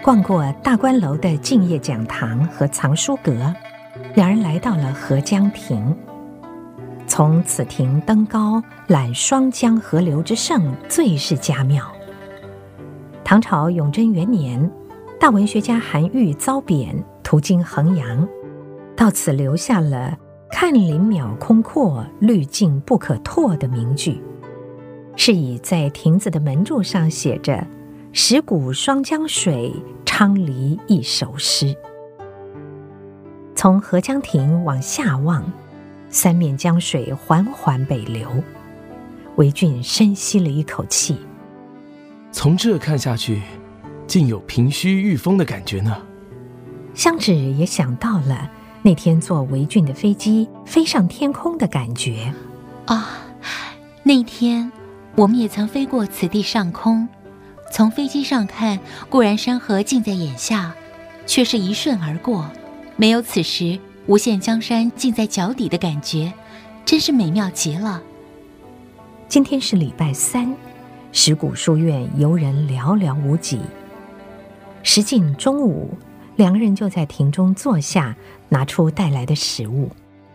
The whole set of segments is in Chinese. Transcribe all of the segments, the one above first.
逛过大观楼的敬业讲堂和藏书阁，两人来到了合江亭。从此亭登高，览双江河流之胜，最是佳妙。唐朝永贞元年，大文学家韩愈遭贬，途经衡阳，到此留下了“看林渺空阔，绿径不可拓”的名句，是以在亭子的门柱上写着“石鼓双江水，昌黎一首诗”。从合江亭往下望，三面江水缓缓北流，韦俊深吸了一口气。 从这看下去，竟有平虚御风的感觉呢。 香芷也想到了那天坐韦俊的飞机飞上天空的感觉。 那天我们也曾飞过此地上空，从飞机上看，固然山河近在眼下，却是一瞬而过，没有此时无限江山近在脚底的感觉，真是美妙极了。 今天是礼拜三，石鼓书院游人寥寥无几。时近中午，两个人就在亭中坐下，拿出带来的食物。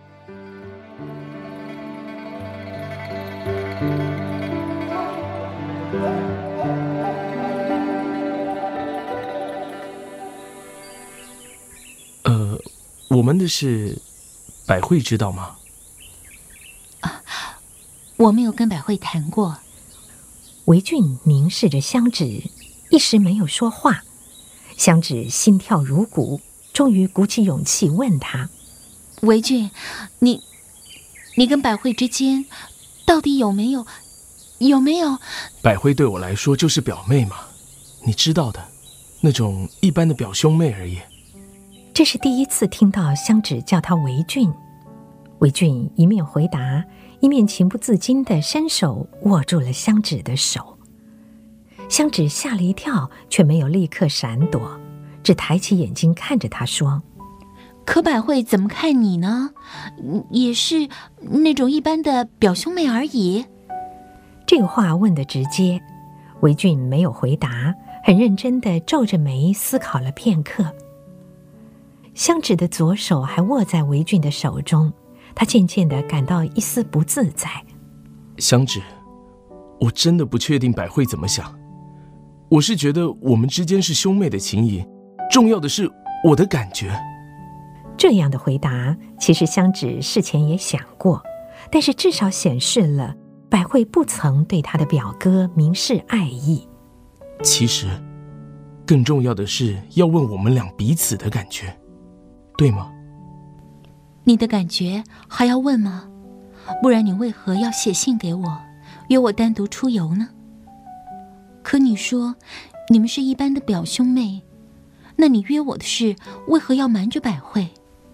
我们的事，百惠知道吗？ 我没有跟百惠谈过。 韦俊凝视着香芷，一时没有说话。香芷心跳如鼓，终于鼓起勇气问他：“ 韦俊，你跟百惠之间到底有没有？ 百惠对我来说就是表妹嘛，你知道的，那种一般的表兄妹而已。” 这是第一次听到香芷叫他韦俊。韦俊一面回答，一面情不自禁地伸手握住了香芷的手。香芷吓了一跳，却没有立刻闪躲，只抬起眼睛看着他说：“ 可百惠怎么看你呢？也是那种一般的表兄妹而已。” 这个话问得直接，韦俊没有回答，很认真地皱着眉思考了片刻。香芷的左手还握在韦俊的手中，他渐渐地感到一丝不自在。 香芷，我真的不确定百惠怎么想。我是觉得我们之间是兄妹的情谊，重要的是我的感觉。 这样的回答，其实香芷事前也想过，但是至少显示了百惠不曾对他的表哥明示爱意。 其实，更重要的是要问我们俩彼此的感觉。对吗？ 你的感觉还要问吗？不然你为何要写信给我，约我单独出游呢？可你说你们是一般的表兄妹，那你约我的事为何要瞒着百惠？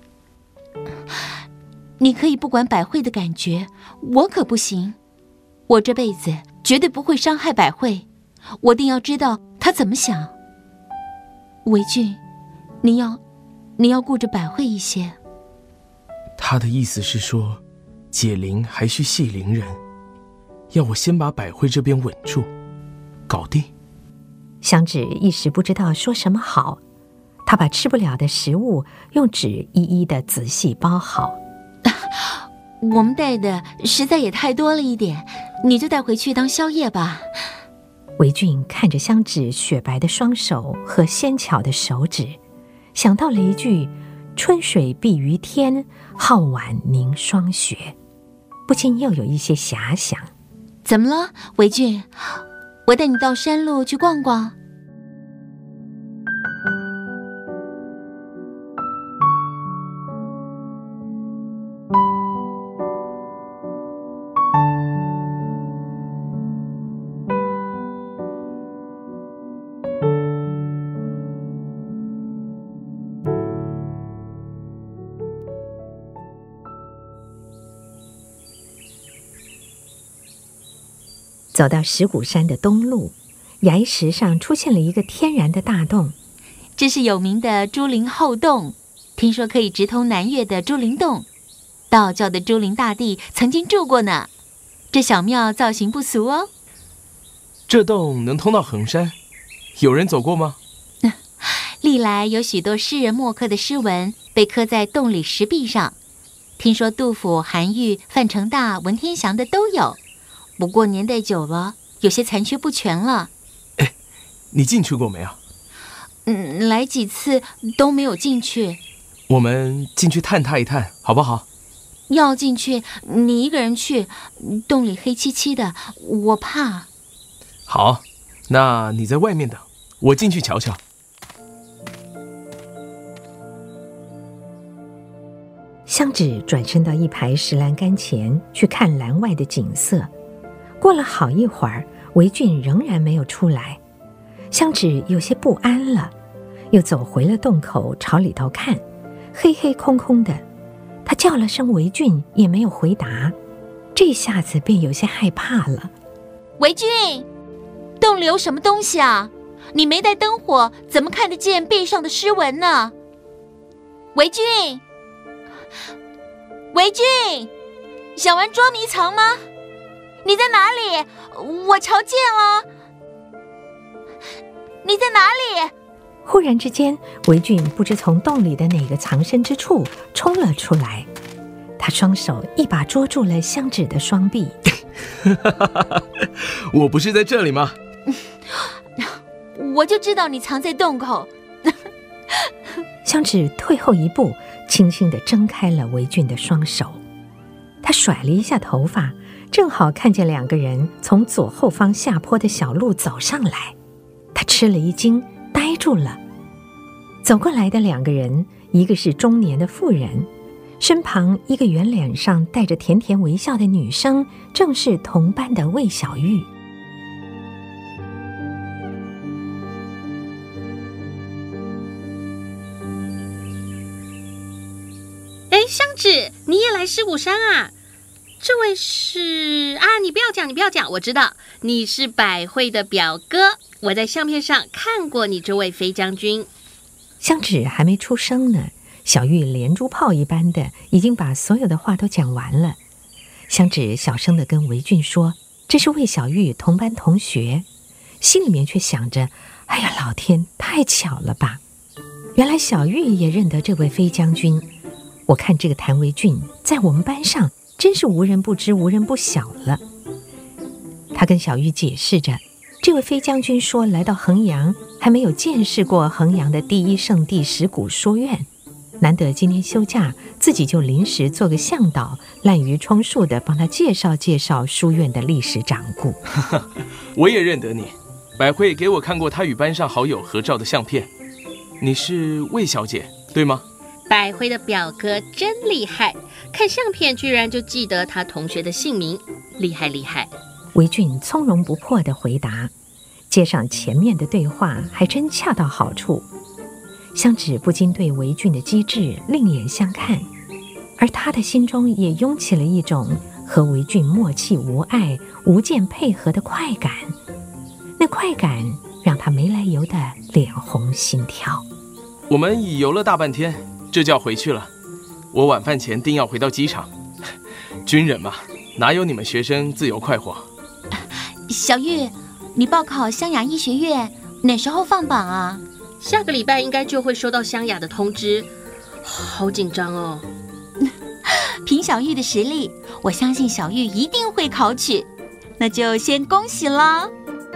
你可以不管百惠的感觉，我可不行。我这辈子绝对不会伤害百惠，我定要知道她怎么想。韦俊，你要顾着百惠一些。 他的意思是说，解铃还需系铃人，要我先把百惠这边稳住，搞定。 香芷一时不知道说什么好，她把吃不了的食物用纸一一的仔细包好。 我们带的实在也太多了一点，你就带回去当宵夜吧。 韦俊看着香芷雪白的双手和纤巧的手指，想到了一句“春水碧于天，皓晚凝霜雪”，不禁又有一些遐想。 怎么了，韦俊？我带你到山路去逛逛。 走到石鼓山的东路，崖石上出现了一个天然的大洞。 这是有名的朱灵后洞，听说可以直通南岳的朱灵洞，道教的朱灵大帝曾经住过呢。这小庙造型不俗哦。 这洞能通到衡山，有人走过吗？ 历来有许多诗人墨客的诗文被刻在洞里石壁上，听说杜甫、韩愈、范成大、文天祥的都有，不过年代久了，有些残缺不全了。 哎，你进去过没有？ 来几次都没有进去。 我们进去探他一探，好不好？ 要进去，你一个人去，洞里黑漆漆的，我怕。 好，那你在外面等，我进去瞧瞧。 香芷转身到一排石栏杆前去看栏外的景色。过了好一会儿，韦俊仍然没有出来。香芷有些不安了，又走回了洞口，朝里头看，黑黑空空的。他叫了声韦俊，也没有回答。这下子便有些害怕了。 韦俊，洞里有什么东西啊？你没带灯火，怎么看得见壁上的诗文呢？韦俊，韦俊，想玩捉迷藏吗？你在哪里？我瞧见了。你在哪里？ 忽然之间，韦俊不知从洞里的哪个藏身之处冲了出来，他双手一把捉住了香芷的双臂。 我不是在这里吗？ 我就知道你藏在洞口。 香芷退后一步，轻轻地挣开了韦俊的双手。他甩了一下头发，正好看见两个人从左后方下坡的小路走上来。他吃了一惊，呆住了。走过来的两个人，一个是中年的妇人，身旁一个圆脸上带着甜甜微笑的女生，正是同班的魏小玉。 哎，香芷，你也来狮鼓山啊？这位是啊，你不要讲，我知道你是百惠的表哥，我在相片上看过你这位飞将军。 香芷还没出声呢，小玉连珠炮一般的已经把所有的话都讲完了。香芷小声地跟韦俊说，这是魏小玉同班同学，心里面却想着，哎呀，老天，太巧了吧！原来小玉也认得这位飞将军。我看这个谭维俊在我们班上真是无人不知无人不晓了。他跟小玉解释着，这位飞将军说来到衡阳还没有见识过衡阳的第一圣地石鼓书院，难得今天休假，自己就临时做个向导，滥竽充数的帮他介绍介绍书院的历史掌故。 我也认得你，百惠给我看过他与班上好友合照的相片。你是魏小姐，对吗？ 百惠的表哥真厉害，看相片居然就记得他同学的姓名，厉害厉害。 韦俊从容不迫地回答，接上前面的对话还真恰到好处。香芷不禁对韦俊的机智另眼相看，而他的心中也涌起了一种和韦俊默契无碍、无间配合的快感。那快感让他没来由的脸红心跳。 我们已游了大半天，这就要回去了。我晚饭前定要回到机场。军人嘛，哪有你们学生自由快活？ 小玉，你报考湘雅医学院哪时候放榜啊？ 下个礼拜应该就会收到湘雅的通知，好紧张哦。 凭小玉的实力，我相信小玉一定会考取，那就先恭喜了。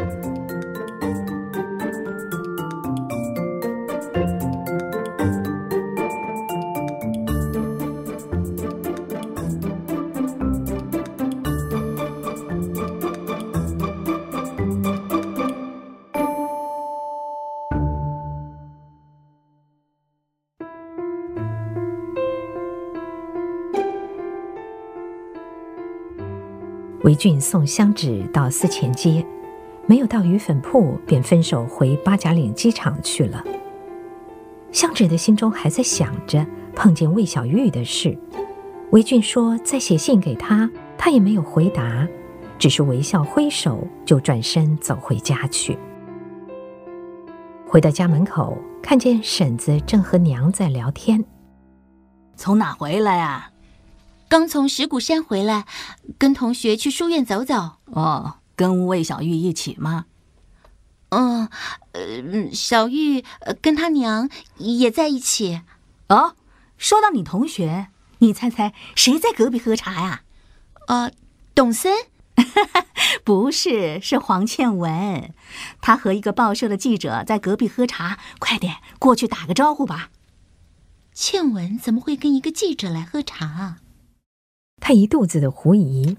韦俊送香芷到思前街，没有到鱼粉铺，便分手回八甲岭机场去了。香芷的心中还在想着碰见魏小玉的事，韦俊说再写信给他，他也没有回答，只是微笑挥手就转身走回家去。回到家门口，看见婶子正和娘在聊天。 从哪回来啊？ 刚从石鼓山回来，跟同学去书院走走。 哦，跟魏小玉一起吗？ 小玉跟他娘也在一起。 哦，说到你同学，你猜猜谁在隔壁喝茶呀？ 董森？ 不是，是黄倩文。他和一个报社的记者在隔壁喝茶，快点过去打个招呼吧。 倩文怎么会跟一个记者来喝茶啊？ 他一肚子的狐疑。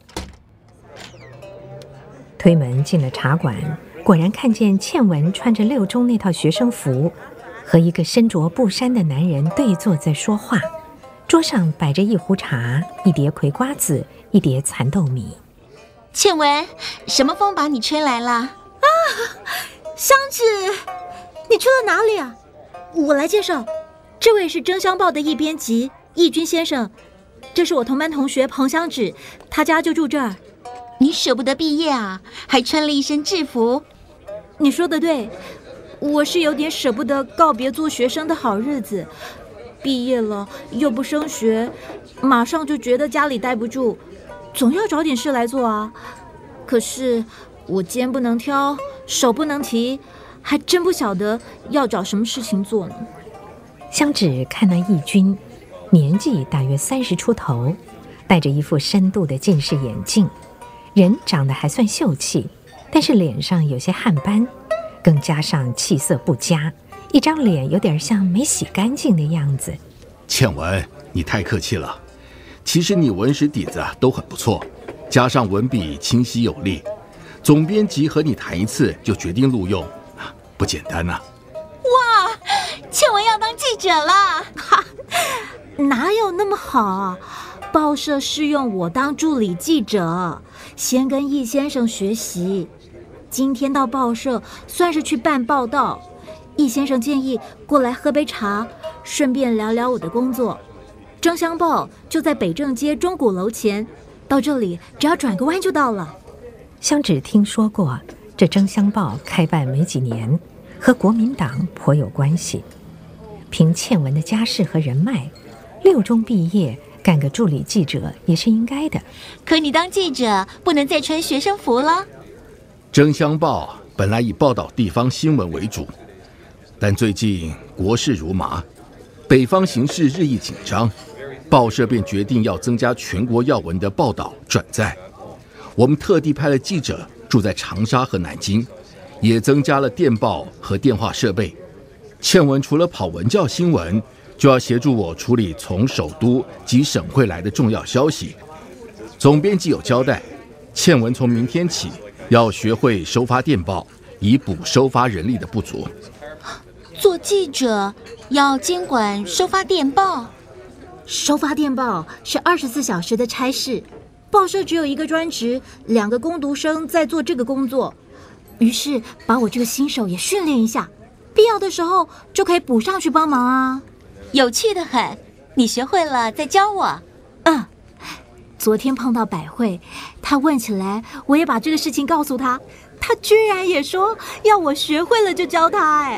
推门进了茶馆，果然看见倩文穿着6中那套学生服，和一个身着布衫的男人对坐在说话。桌上摆着一壶茶，一碟葵瓜子，一碟蚕豆米。 倩文，什么风把你吹来了？啊， 香芷，你去了哪里啊？我来介绍，这位是《真香报》的一编辑义军先生，这是我同班同学彭香芷，他家就住这儿。 你舍不得毕业啊，还穿了一身制服。 你说的对，我是有点舍不得告别做学生的好日子，毕业了又不升学，马上就觉得家里待不住，总要找点事来做啊。可是我肩不能挑，手不能提，还真不晓得要找什么事情做呢。 香芷看那义军，年纪大约30出头，戴着一副深度的近视眼镜，人长得还算秀气，但是脸上有些汗斑，更加上气色不佳，一张脸有点像没洗干净的样子。 倩文，你太客气了。其实你文史底子都很不错，加上文笔清晰有力，总编辑和你谈一次就决定录用，不简单啊。 哇，倩文要当记者了！ 哈，哪有那么好啊？报社是用我当助理记者，先跟易先生学习。今天到报社算是去办报道，易先生建议过来喝杯茶，顺便聊聊我的工作。真香报就在北正街钟鼓楼前，到这里只要转个弯就到了。 香芷听说过，这真香报开办没几年，和国民党颇有关系。凭倩文的家世和人脉，6中毕业干个助理记者也是应该的。 可你当记者不能再穿学生服了。 真香报本来以报道地方新闻为主，但最近国事如麻，北方形势日益紧张，报社便决定要增加全国要闻的报道转载。我们特地派了记者住在长沙和南京，也增加了电报和电话设备。倩文除了跑文教新闻，就要协助我处理从首都及省会来的重要消息。总编辑有交代，倩文从明天起要学会收发电报，以补收发人力的不足。 做记者要监管收发电报？ 收发电报是24小时的差事，报社只有一个专职，2个工读生在做这个工作。于是把我这个新手也训练一下，必要的时候就可以补上去帮忙啊。 有趣的很，你学会了再教我。 昨天碰到百惠，他问起来，我也把这个事情告诉他，他居然也说要我学会了就教他。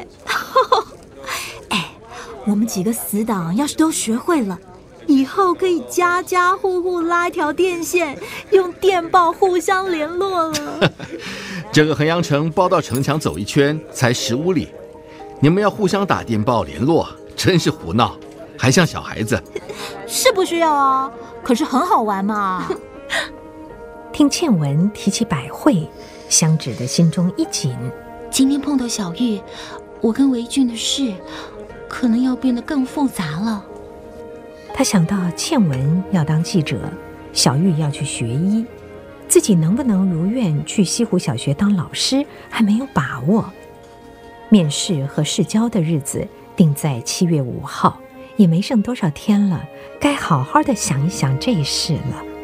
我们几个死党要是都学会了，以后可以家家户户拉一条电线，用电报互相联络了。 这个衡阳城报到城墙走一圈才15里，你们要互相打电报联络，真是胡闹，还像小孩子。 是不需要啊，可是很好玩嘛。 听倩文提起百惠，香芷的心中一紧。 今天碰到小玉，我跟维俊的事可能要变得更复杂了。 他想到倩文要当记者，小玉要去学医，自己能不能如愿去西湖小学当老师还没有把握。面试和试教的日子定在7月5号，也没剩多少天了，该好好的想一想这事了。